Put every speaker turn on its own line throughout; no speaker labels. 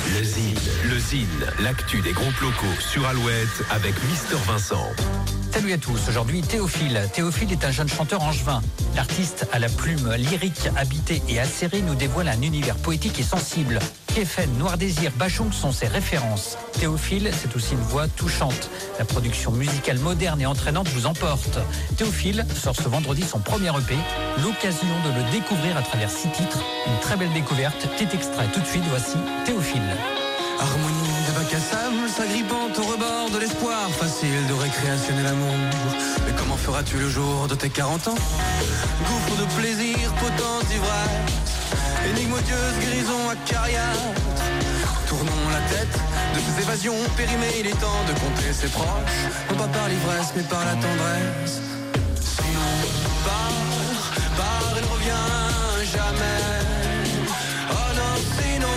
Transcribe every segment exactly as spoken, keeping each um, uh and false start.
Le Zine, le Zine, l'actu des groupes locaux sur Alouette avec Mister Vincent.
Salut à tous, aujourd'hui Théophile. Théophile est un jeune chanteur angevin. L'artiste à la plume lyrique, habitée et acérée nous dévoile un univers poétique et sensible. Kefen, Noir Désir, Bachung sont ses références. Théophile, c'est aussi une voix touchante. La production musicale moderne et entraînante vous emporte. Théophile sort ce vendredi son premier E P, l'occasion de le découvrir à travers six titres. Une très belle découverte, petit extrait tout de suite, voici Théophile.
Harmonie de bac à sable, s'agrippant au rebord de l'espoir. Facile de récréationner l'amour. Mais comment feras-tu le jour de tes quarante ans? Gouffre de plaisir, potence d'ivresse, énigme odieuse, guérison acariâtre. Tournons la tête de ces évasions périmées. Il est temps de compter ses proches, non pas par l'ivresse mais par la tendresse. Sinon, pars, pars et ne reviens jamais. Oh non, sinon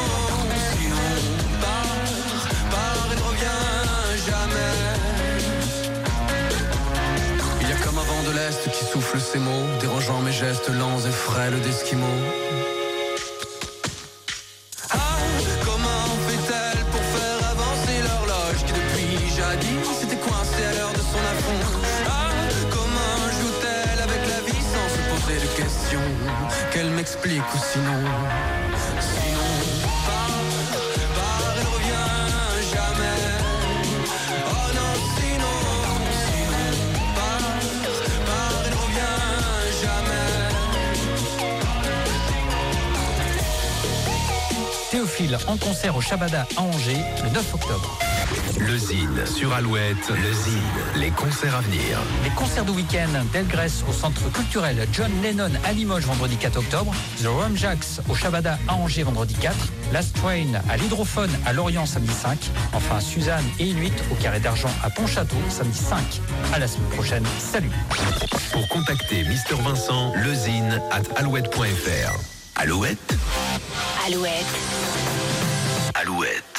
de l'Est qui souffle ses mots, dérangeant mes gestes lents et frêles d'esquimaux. Ah, comment fait-elle pour faire avancer l'horloge qui depuis jadis s'était coincée à l'heure de son affront? Ah, comment joue-t-elle avec la vie sans se poser de questions? Qu'elle m'explique ou sinon, sinon, pars, pars et ne reviens jamais. Oh non, sinon.
Théophile en concert au Shabada à Angers le neuf octobre.
Le Zine sur Alouette, le Zine, les concerts à venir.
Les concerts de week-end d'Elgrès au centre culturel John Lennon à Limoges vendredi quatre octobre, The Rum Jacks au Shabada à Angers vendredi quatre, Last Train à l'Hydrophone à Lorient samedi cinq, enfin Suzanne et Inuit au Carré d'Argent à Pontchâteau samedi cinq. À la semaine prochaine, salut.
Pour contacter Mister Vincent, lezine at alouette point fr. Alouette.
Alouette.
Alouette.